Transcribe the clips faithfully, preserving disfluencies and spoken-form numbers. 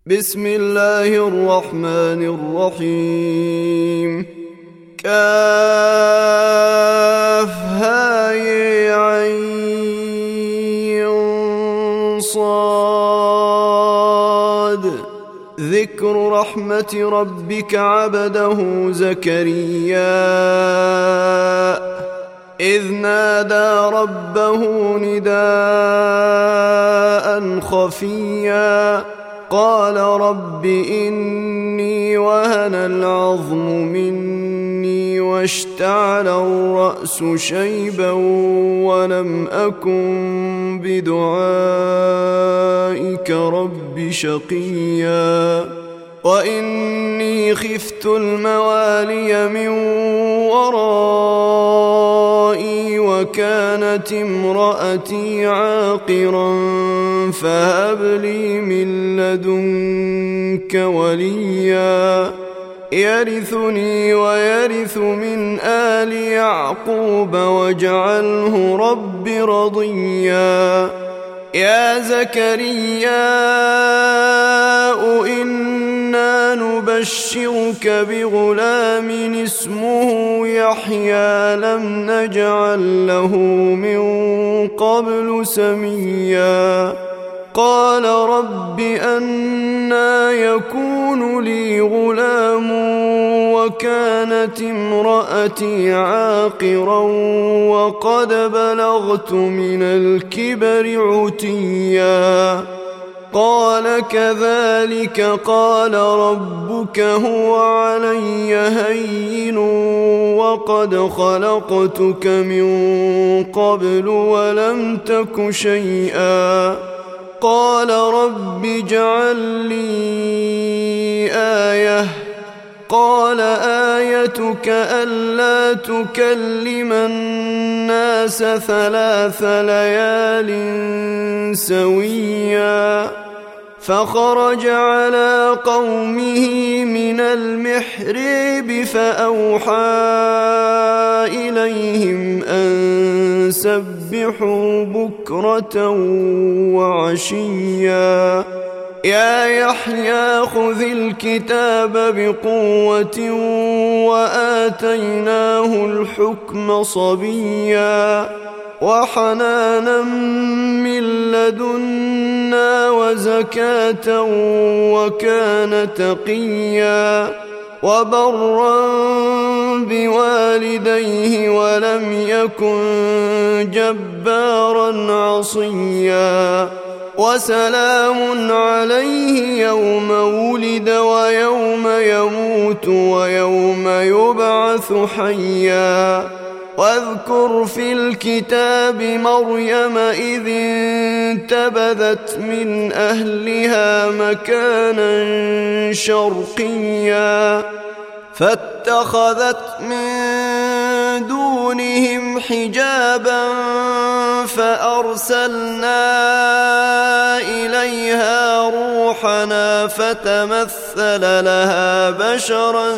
بسم الله الرحمن الرحيم. كافها يا عين صاد. ذكر رحمة ربك عبده زكريا إذ نادى ربه نداء خفيا قال رب إني وهن العظم مني واشتعل الرأس شيبا ولم أكن بدعائك رب شقيا وإني خفت الموالي من ورائي وكانت امرأتي عاقرا فهب لي من لدنك وليا يرثني ويرث من آل يعقوب واجعله رب رضيا. يا زكريا إنا نبشرك بغلام اسمه يحيى لم نجعل له من قبل سميا قال رب أنى يكون لي غلام وكانت امرأتي عاقرا وقد بلغت من الكبر عتيا قال كذلك قال ربك هو علي هين وقد خلقتك من قبل ولم تك شيئا قال رب اجعل لي آية قال آيتك ألا تكلم الناس ثلاث ليال سويا فخرج على قومه من المحراب فأوحى إليهم أن سبحوا بكرة وعشيا يا يحيى خذ الكتاب بقوة وآتيناه الحكم صبيا وحنانا من لدنا وزكاة وكان تقيا وبرا بوالديه ولم يكن جبارا عصيا وسلام عليه يوم ولد ويوم يموت ويوم يبعث حيا واذكر في الكتاب مريم إذ انتبذت من أهلها مكانا شرقيا فاتخذت من دونهم حجابا فأرسلنا إليها روحنا فتمثل لها بشرا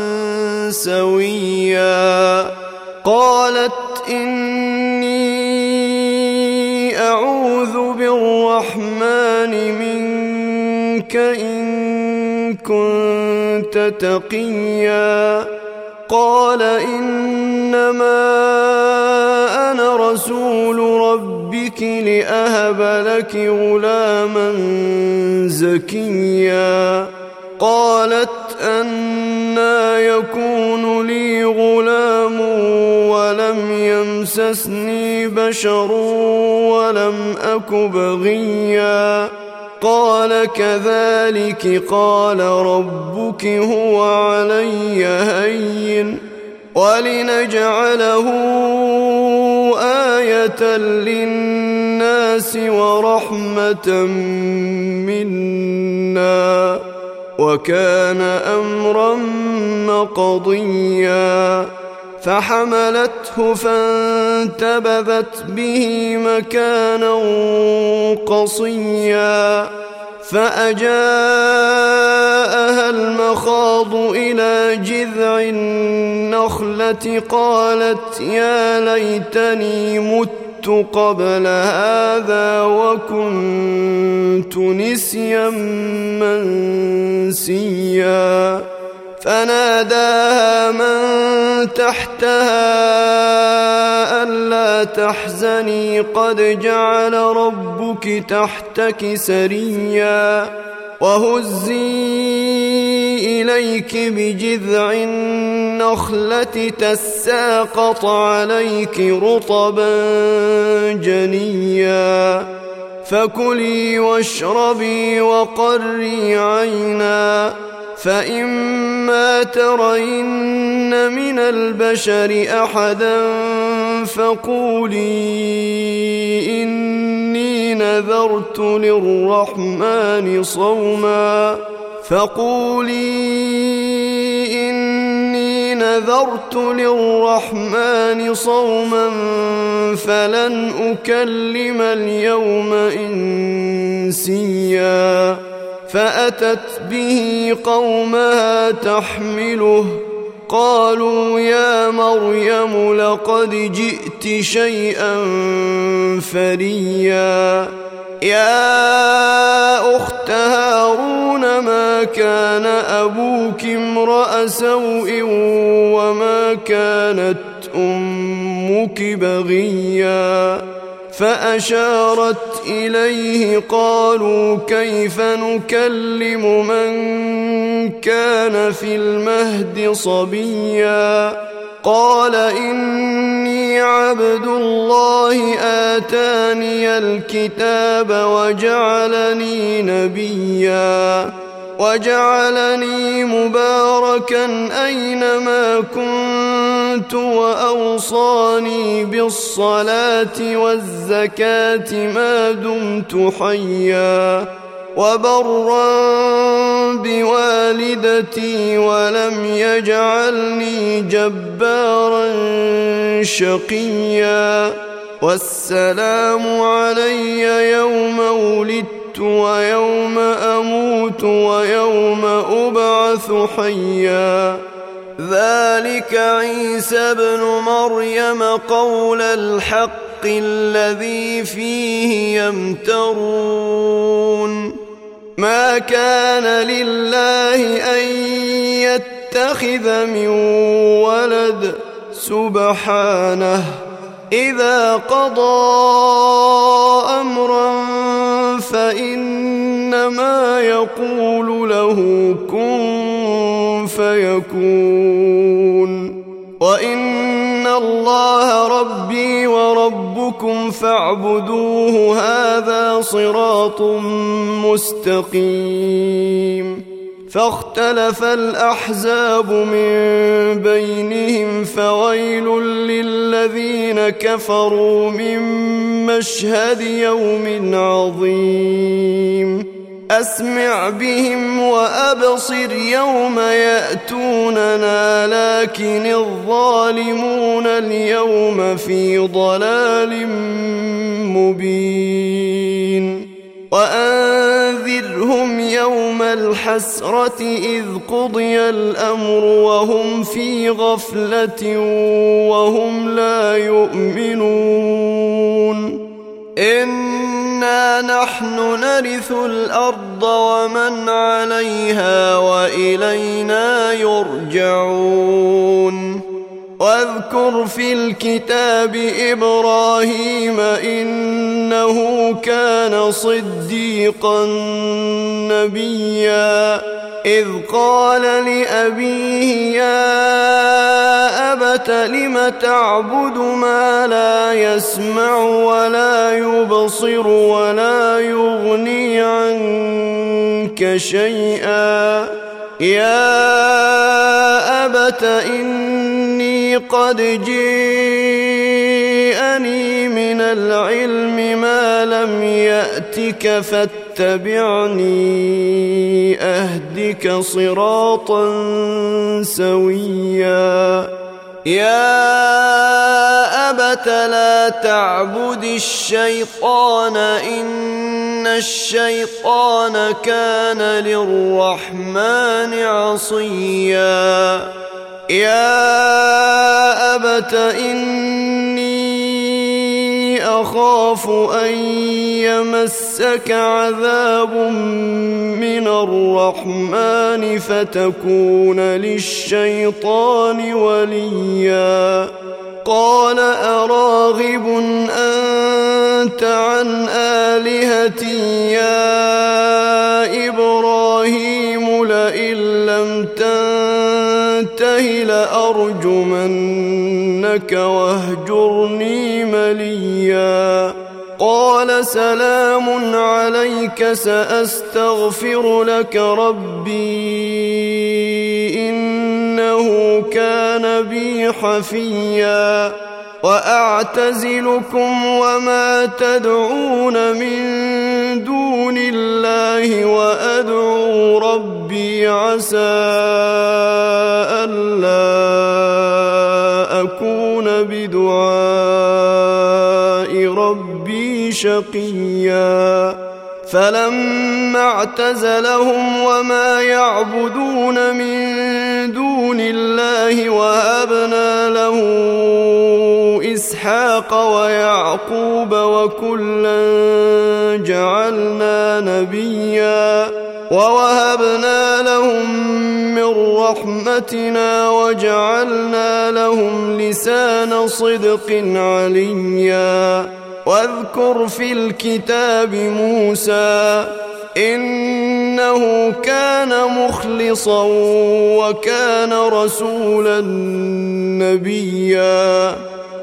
سويا قالت إني أعوذ بالرحمن منك إن كنت تقيا قال إنما أنا رسول ربك لأهب لك غلاما زكيا قالت أنى يكون لي غلام ولم يمسسني بشر ولم أك بغيا قال كذلك قال ربك هو علي هين ولنجعله آية للناس ورحمة منا وكان أمرا مقضيا فحملته فانتبذت به مكانا قصيا فأجاءها المخاض إلى جذع النخلة قالت يا ليتني مت مت قبل هذا وكنت نسيا منسيا فناداها من تحتها ألا تحزني قد جعل ربك تحتك سريا وهزي إليك بجذع النخلة تساقط عليك رطبا جنيا فكلي واشربي وقري عينا فإما ترين من البشر أحدا فقولي إني نذرت للرحمن صوما فقولي إني نذرت للرحمن صوما فلن أكلم اليوم إنسيا فأتت به قومها تحمله قالوا يا مريم لقد جئت شيئا فريا يا أخت هارون ما كان أبوك امرأ سوء وما كانت أمك بغيا فأشارت إليه قالوا كيف نكلم من كان في المهد صبيا قال إني عبد الله آتاني الكتاب وجعلني نبيا وجعلني مباركا أينما كنت وأوصاني بالصلاة والزكاة ما دمت حيا وبرا بوالدتي ولم يجعلني جبارا شقيا والسلام علي يوم ولدت ويوم أموت ويوم أبعث حيا ذلك عيسى ابن مريم قول الحق الذي فيه يمترون ما كان لله أن يتخذ من ولد سبحانه إذا قضى أمرا فإنما يقول له كن فيكون وإن الله ربي وربكم فاعبدوه هذا صراط مستقيم فاختلف الأحزاب من بينهم فويل للذين كفروا من مشهد يوم عظيم أسمع بهم وأبصر يوم يأتوننا لكن الظالمون اليوم في ضلال مبين وأنذرهم يوم الحسرة إذ قضي الأمر وهم في غفلة وهم لا يؤمنون إنا نحن نرث الأرض ومن عليها وإلينا يرجعون واذكر في الكتاب إبراهيم إنه كان صديقا نبيا إذ قال لأبيه يا أبت لم تعبد ما لا يسمع ولا يبصر ولا يغني عنك شيئا يا أبت إني قد جيءني من العلم ما لم يأتك فاتبعني أهدك صراطا سويا يا أبت لا تعبد الشيطان إن الشيطان كان للرحمن عصيا يا أبت إني أخاف أن يمسك عذاب من الرحمن فتكون للشيطان وليا قال أراغب أنت عن آلهتي يا إبراهيم لئن لم تنته لأرجمنك واهجرني مليا قال سلام عليك سأستغفر لك ربي إنه كان بي حفيا وأعتزلكم وما تدعون من دون الله وأدعو ربي عسى ألا أكون بدعاء ربي شقيا فلما اعتزلهم وما يعبدون من دون الله وهبنا له إسحاق ويعقوب وكلا جعلنا نبيا ووهبنا لهم من رحمتنا وجعلنا لهم لسان صدق عليا واذكر في الكتاب موسى إنه كان مخلصا وكان رسولا نبيا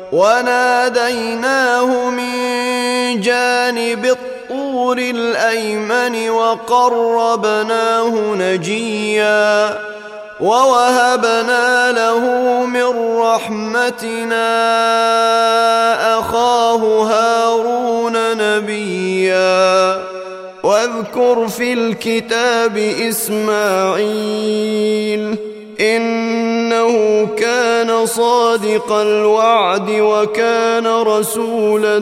وناديناه من جانب الطور الأيمن وقربناه نجيا ووهبنا له من رحمتنا أخاه هارون نبيا واذكر في الكتاب إسماعيل إنه كان صادق الوعد وكان رسولا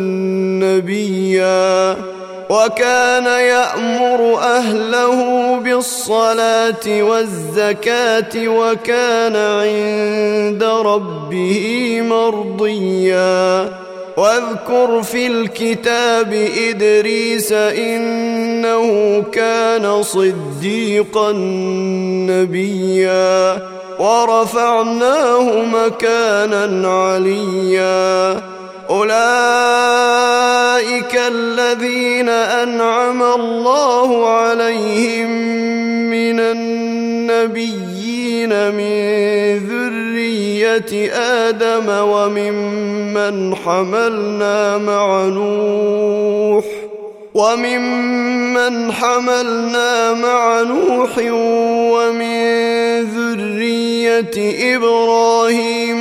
نبيا وكان يأمر أهله بالصلاة والزكاة وكان عند ربه مرضيا واذكر في الكتاب إدريس إنه كان صديقا نبيا ورفعناه مكانا عليا أولئك الذين أنعم الله عليهم من النبيين من ذرية آدم وممن حملنا مع نوح وممن حملنا مع نوح ومن ذرية إبراهيم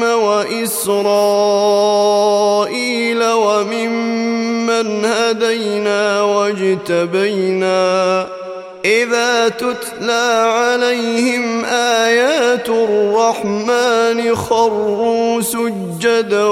وإسرائيل وممن هدينا واجتبينا إذا تتلى عليهم آيات الرحمن خروا سجدا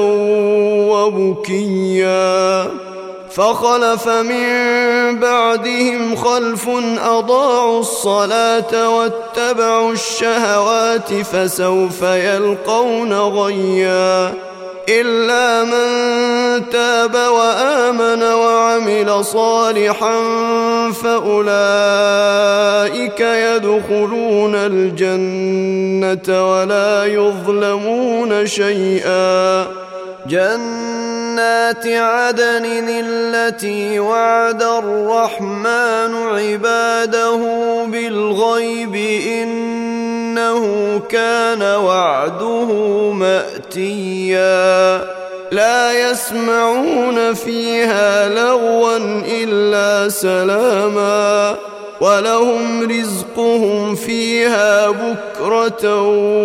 وبكيا فخلف من بعدهم خلف أضاعوا الصلاة واتبعوا الشهوات فسوف يلقون غيا إلا من تاب وآمن وعمل صالحا فأولئك يدخلون الجنة ولا يظلمون شيئا جنات عدن التي وعد الرحمن عباده بالغيب إنه كان وعده مأتيا لا يسمعون فيها لغوا إلا سلاما ولهم رزقهم فيها بكرة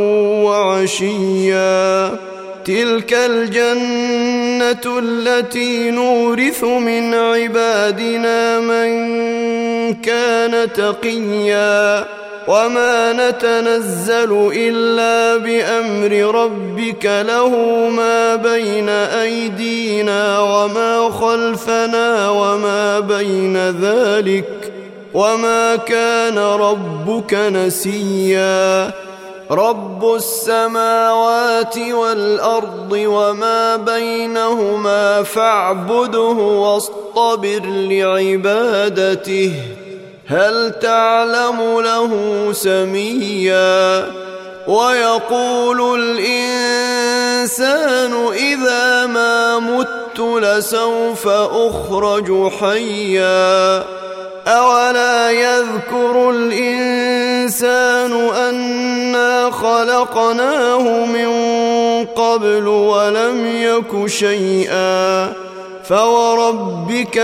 وعشيا تلك الجنة التي نورث من عبادنا من كان تقيا وما نتنزل إلا بأمر ربك له ما بين أيدينا وما خلفنا وما بين ذلك وما كان ربك نسيا رب السماوات والأرض وما بينهما فاعبده واصطبر لعبادته هل تعلم له سميا ويقول الإنسان إذا ما مت لسوف أخرج حيا أولا يذكر الإنسان أنا خلقناه من قبل ولم يك شيئا فوربك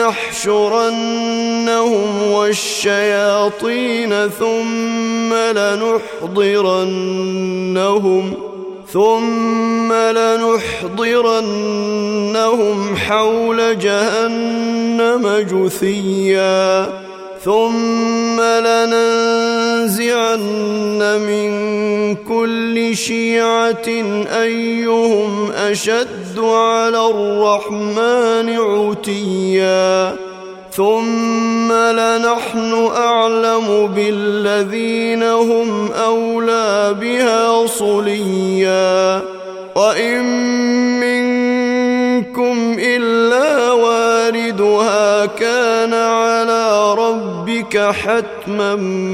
لنحشرنهم والشياطين ثم لنحضرنهم ثم لنحضرنهم حول جهنم جثيا ثم لننزعن من كل شيعة أيهم أشد على الرحمن عتيا ثم لنحن أعلم بالذين هم أولى بها صليا وإن منكم إلا واردها كان على ربك حتما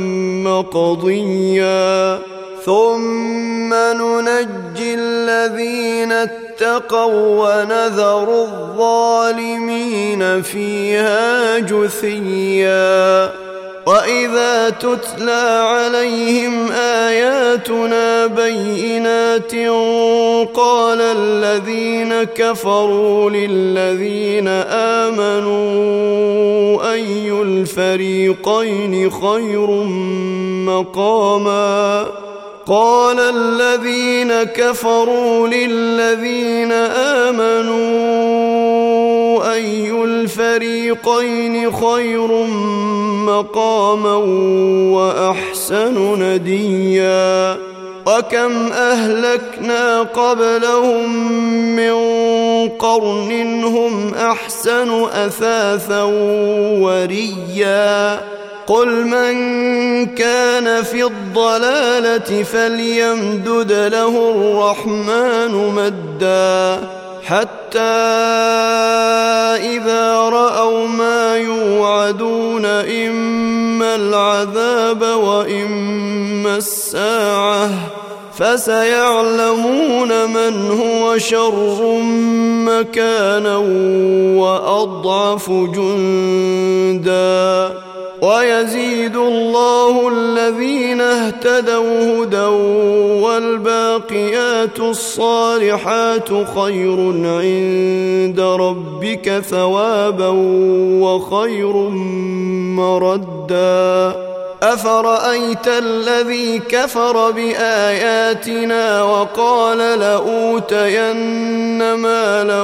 مقضيا ثم ننجي الذين اتقوا ونذر الظالمين فيها جثيا وإذا تتلى عليهم آياتنا بينات قال الذين كفروا للذين آمنوا أي الفريقين خير مقاما قال الذين كفروا للذين آمنوا أي الفريقين خير مقاما وأحسن نديا وكم أهلكنا قبلهم من قرن هم أحسن أثاثا وريا قل من كان في الضلالة فليمدد له الرحمن مدا حتى إذا رأوا ما يوعدون إما العذاب وإما الساعة فسيعلمون من هو شر مكانا وأضعف جندا ويزيد الله الذين اهتدوا هدى والباقيات الصالحات خير عند ربك ثوابا وخير مردا أفرأيت الذي كفر بآياتنا وقال لأوتين مالا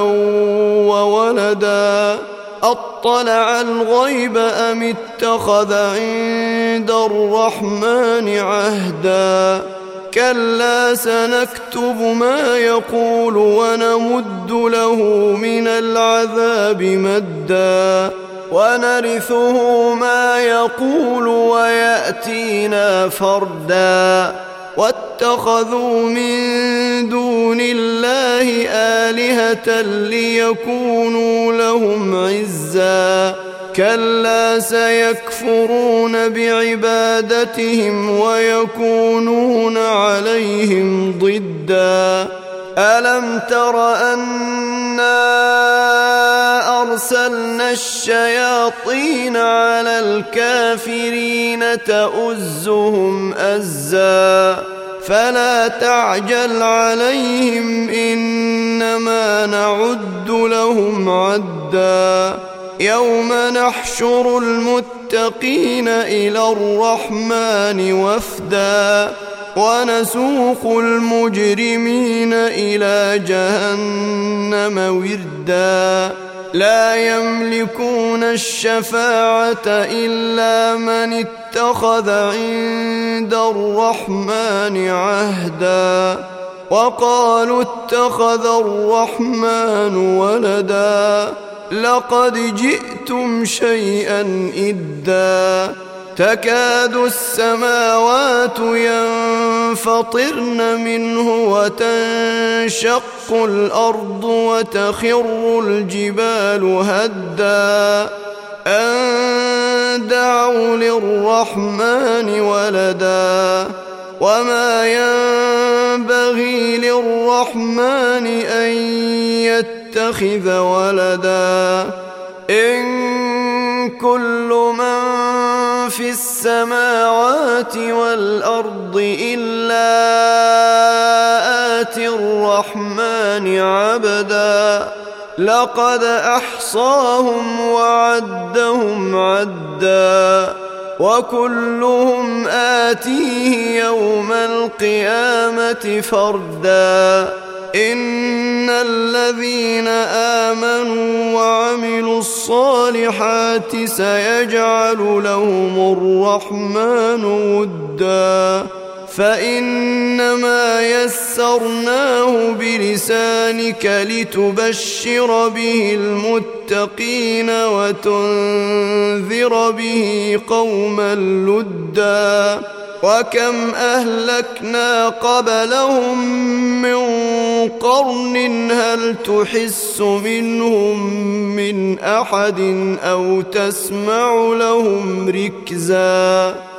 وولدا أطلع الغيب أم اتخذ عند الرحمن عهدا كلا سنكتب ما يقول ونمد له من العذاب مدا ونرثه ما يقول ويأتينا فردا واتخذوا من دون الله آلهة ليكونوا لهم عزا كلا سيكفرون بعبادتهم ويكونون عليهم ضدا ألم تر أنا أرسلنا الشياطين على الكافرين تؤزهم أزا فلا تعجل عليهم إنما نعد لهم عدا يوم نحشر المتقين إلى الرحمن وفدا ونسوق المجرمين إلى جهنم وردا لا يملكون الشفاعة إلا من اتخذ عند الرحمن عهدا وقالوا اتخذ الرحمن ولدا لقد جئتم شيئا إدا تكاد السماوات ينفطرن منه وتنشق الأرض وتخر الجبال هدا أن دعوا للرحمن ولدا وما ينبغي للرحمن أن يتخذ ولدا إن كل من في السماوات والأرض إلا آتي الرحمن عبدا لقد أحصاهم وعدهم عدا وكلهم آتيه يوم القيامة فردا إن الذين آمنوا وعملوا الصالحات سيجعل لهم الرحمن ودا فإنما يسرناه بلسانك لتبشر به المتقين وتنذر به قوما لدا وكم أهلكنا قبلهم من قرن هل تحس منهم من أحد أو تسمع لهم ركزا